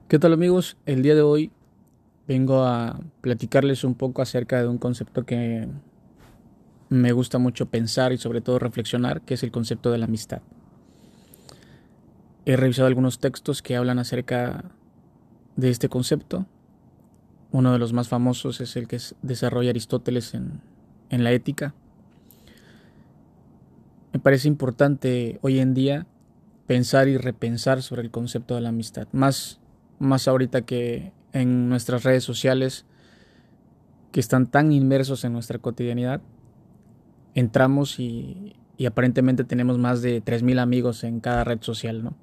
¿Qué tal, amigos? El día de hoy vengo a platicarles un poco acerca de un concepto que me gusta mucho pensar y sobre todo reflexionar, que es el concepto de la amistad. He revisado algunos textos que hablan acerca de este concepto. Uno de los más famosos es el que desarrolla Aristóteles en la Ética. Me parece importante hoy en día pensar y repensar sobre el concepto de la amistad. Más ahorita que en nuestras redes sociales, que están tan inmersos en nuestra cotidianidad, entramos y aparentemente tenemos más de 3,000 amigos en cada red social, ¿no?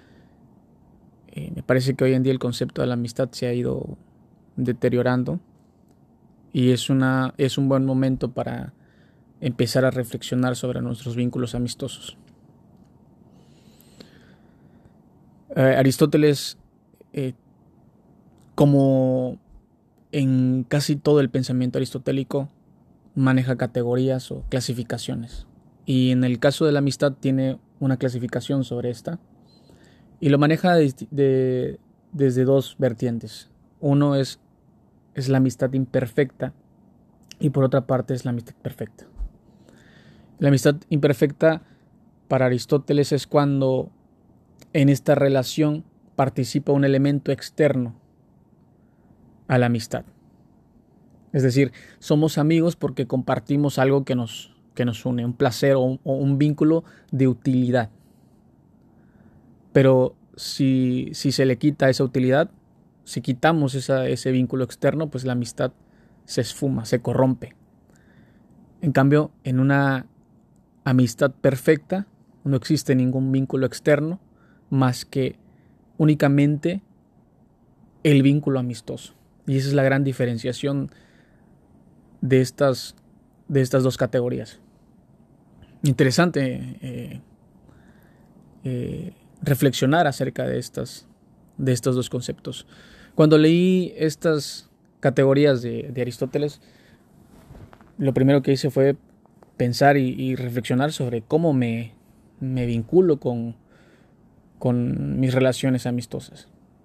Me parece que hoy en día el concepto de la amistad se ha ido deteriorando y es un buen momento para empezar a reflexionar sobre nuestros vínculos amistosos. Aristóteles, eh, como en casi todo el pensamiento aristotélico, maneja categorías o clasificaciones. Y en el caso de la amistad tiene una clasificación sobre esta. Y lo maneja desde dos vertientes. Uno es la amistad imperfecta y por otra parte es la amistad perfecta. La amistad imperfecta para Aristóteles es cuando en esta relación participa un elemento externo a la amistad. Es decir, somos amigos porque compartimos algo que nos une, un placer o un vínculo de utilidad. Pero si se le quita esa utilidad, si quitamos ese vínculo externo, pues la amistad se esfuma, se corrompe. En cambio, en una amistad perfecta no existe ningún vínculo externo más que únicamente el vínculo amistoso. Y esa es la gran diferenciación de estas dos categorías. Interesante reflexionar acerca de estos dos conceptos. Cuando leí estas categorías de Aristóteles, lo primero que hice fue pensar y reflexionar sobre cómo me vinculo con mis relaciones amistosas.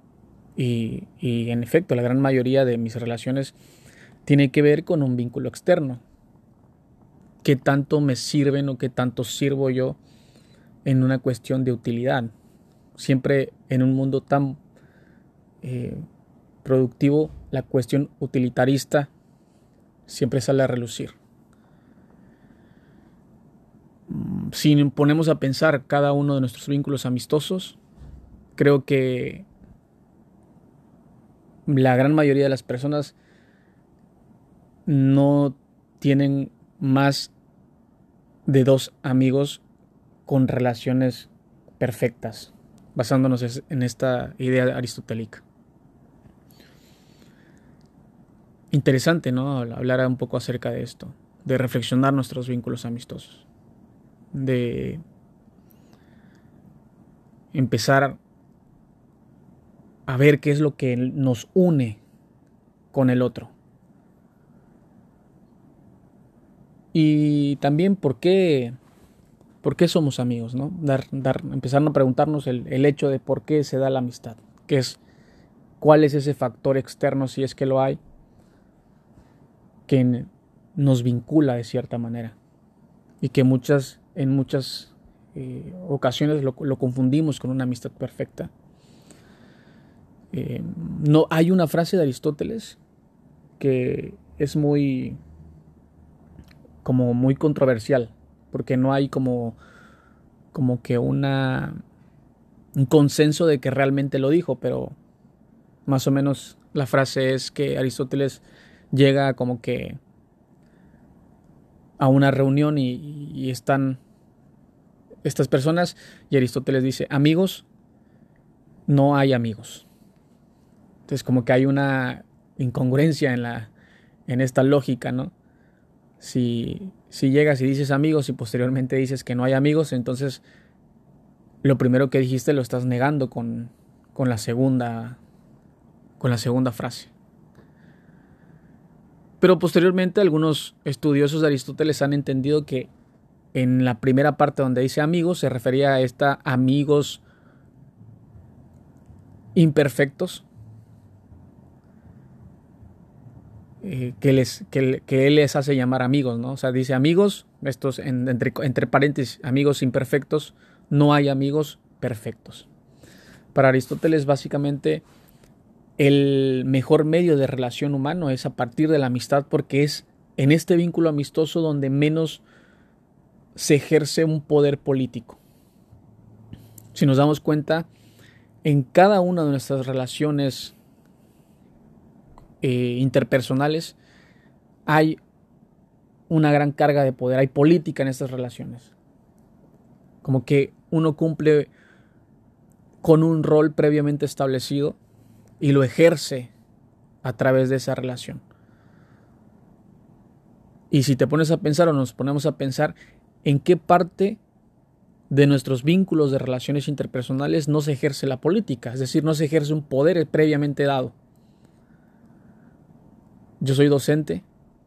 Y en efecto, la gran mayoría de mis relaciones tiene que ver con un vínculo externo. ¿Qué tanto me sirven o qué tanto sirvo yo en una cuestión de utilidad? Siempre en un mundo tan eh, productivo, la cuestión utilitarista siempre sale a relucir. Si nos ponemos a pensar cada uno de nuestros vínculos amistosos, creo que la gran mayoría de las personas no tienen más de dos amigos con relaciones perfectas, basándonos en esta idea aristotélica. Interesante, ¿no? Hablar un poco acerca de esto, de reflexionar nuestros vínculos amistosos, de empezar a ver qué es lo que nos une con el otro. Y también por qué somos amigos, ¿no? Empezar a preguntarnos el hecho de por qué se da la amistad, qué es, cuál es ese factor externo, si es que lo hay, que nos vincula de cierta manera y que en muchas ocasiones lo confundimos con una amistad perfecta. No hay una frase de Aristóteles que es muy controversial, porque no hay como que un consenso de que realmente lo dijo, pero más o menos la frase es que Aristóteles llega como que a una reunión y están estas personas y Aristóteles dice, amigos, no hay amigos. Entonces como que hay una incongruencia en esta lógica, ¿no? Si llegas y dices amigos y posteriormente dices que no hay amigos, entonces lo primero que dijiste lo estás negando con la con la segunda frase. Pero posteriormente algunos estudiosos de Aristóteles han entendido que en la primera parte donde dice amigos se refería a esta amigos imperfectos que él les hace llamar amigos, ¿no? O sea, dice amigos, estos entre paréntesis, amigos imperfectos, no hay amigos perfectos. Para Aristóteles, básicamente, el mejor medio de relación humano es a partir de la amistad, porque es en este vínculo amistoso donde menos se ejerce un poder político. Si nos damos cuenta, en cada una de nuestras relaciones interpersonales hay una gran carga de poder, hay política en estas relaciones. Como que uno cumple con un rol previamente establecido y lo ejerce a través de esa relación. Y si te pones a pensar o nos ponemos a pensar en qué parte de nuestros vínculos de relaciones interpersonales no se ejerce la política, es decir, no se ejerce un poder previamente dado. Yo soy docente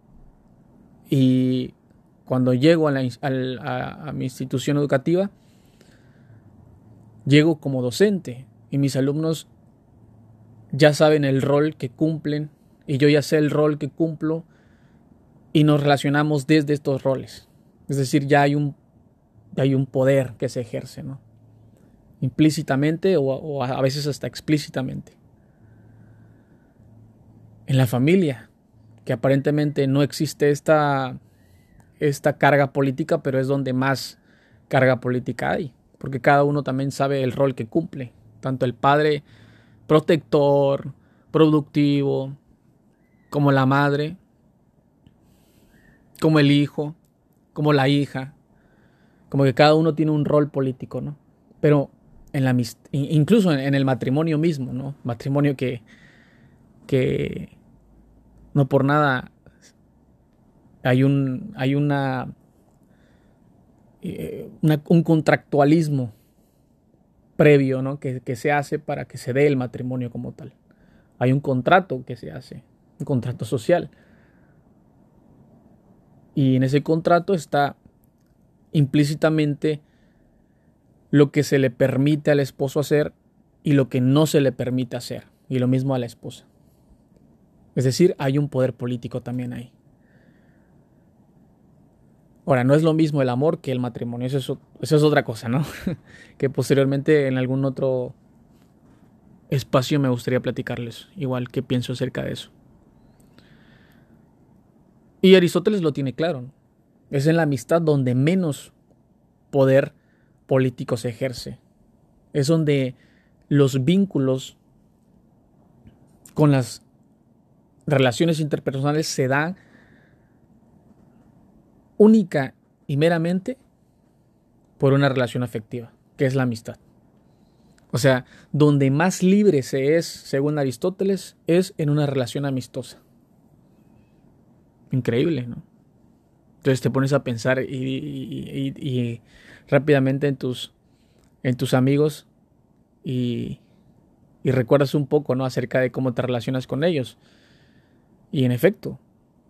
y cuando llego a mi institución educativa, llego como docente y mis alumnos ya saben el rol que cumplen y yo ya sé el rol que cumplo y nos relacionamos desde estos roles. Es decir, ya hay un poder que se ejerce, ¿no? Implícitamente o a veces hasta explícitamente. En la familia, que aparentemente no existe esta carga política, pero es donde más carga política hay, porque cada uno también sabe el rol que cumple, tanto el padre protector, productivo, como la madre, como el hijo, como la hija, como que cada uno tiene un rol político, ¿no? Pero incluso en el matrimonio mismo, ¿no? Matrimonio que no por nada hay un contractualismo previo, ¿no? que se hace para que se dé el matrimonio como tal. Hay un contrato que se hace, un contrato social. Y en ese contrato está implícitamente lo que se le permite al esposo hacer y lo que no se le permite hacer. Y lo mismo a la esposa. Es decir, hay un poder político también ahí. Ahora, no es lo mismo el amor que el matrimonio. Eso es otra cosa, ¿no? Que posteriormente en algún otro espacio me gustaría platicarles. Igual que pienso acerca de eso. Y Aristóteles lo tiene claro, ¿no? Es en la amistad donde menos poder político se ejerce. Es donde los vínculos con las relaciones interpersonales se dan única y meramente por una relación afectiva, que es la amistad. O sea, donde más libre se es, según Aristóteles, es en una relación amistosa. Increíble, ¿no? Entonces te pones a pensar y rápidamente en tus amigos y recuerdas un poco, ¿no? Acerca de cómo te relacionas con ellos. Y en efecto,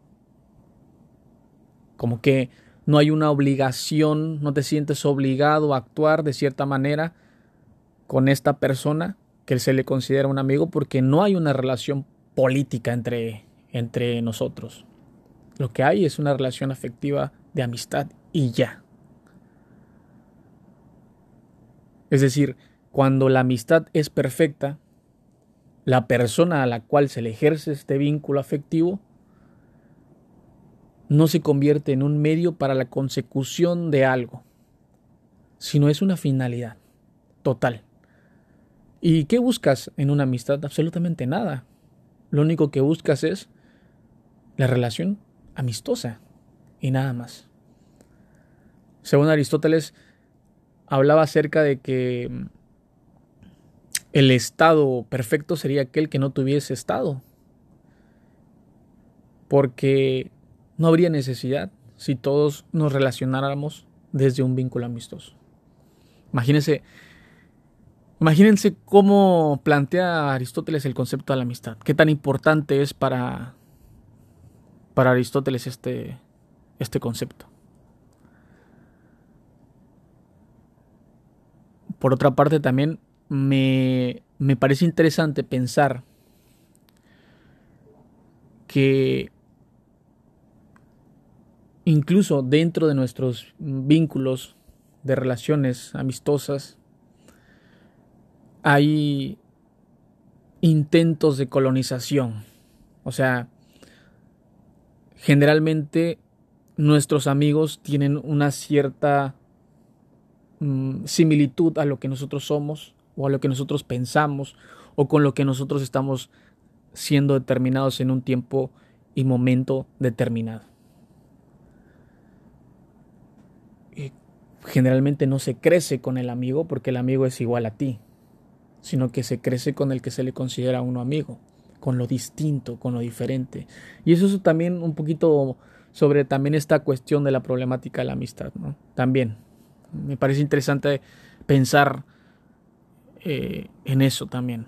como que no hay una obligación, no te sientes obligado a actuar de cierta manera con esta persona que se le considera un amigo porque no hay una relación política entre nosotros. Lo que hay es una relación afectiva de amistad y ya. Es decir, cuando la amistad es perfecta, la persona a la cual se le ejerce este vínculo afectivo no se convierte en un medio para la consecución de algo, sino es una finalidad total. ¿Y qué buscas en una amistad? Absolutamente nada. Lo único que buscas es la relación amistosa y nada más. Según Aristóteles, hablaba acerca de que el estado perfecto sería aquel que no tuviese estado, porque no habría necesidad si todos nos relacionáramos desde un vínculo amistoso. Imagínense cómo plantea Aristóteles el concepto de la amistad. Qué tan importante es para Aristóteles este concepto. Por otra parte, también me me parece interesante pensar que incluso dentro de nuestros vínculos de relaciones amistosas hay intentos de colonización. O sea, generalmente nuestros amigos tienen una cierta similitud a lo que nosotros somos o a lo que nosotros pensamos o con lo que nosotros estamos siendo determinados en un tiempo y momento determinado. Y generalmente no se crece con el amigo porque el amigo es igual a ti, sino que se crece con el que se le considera a uno amigo, con lo distinto, con lo diferente. Y eso es también un poquito sobre también esta cuestión de la problemática de la amistad, ¿no? También me parece interesante pensar en eso también.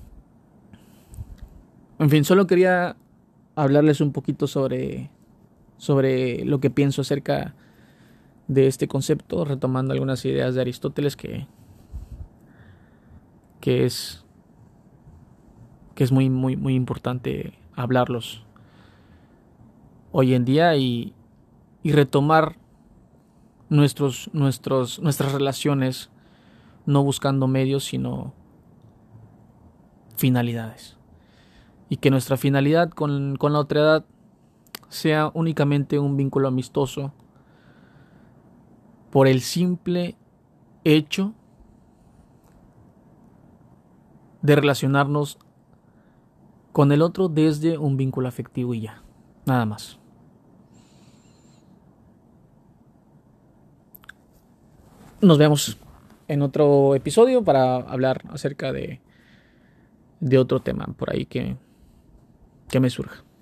En fin, solo quería hablarles un poquito sobre lo que pienso acerca de este concepto, retomando algunas ideas de Aristóteles que es, que es muy importante hablarlos hoy en día y retomar nuestras relaciones no buscando medios sino finalidades. Y que nuestra finalidad con la otredad sea únicamente un vínculo amistoso por el simple hecho de relacionarnos con el otro desde un vínculo afectivo y ya, nada más. Nos vemos en otro episodio para hablar acerca de otro tema por ahí que me surja.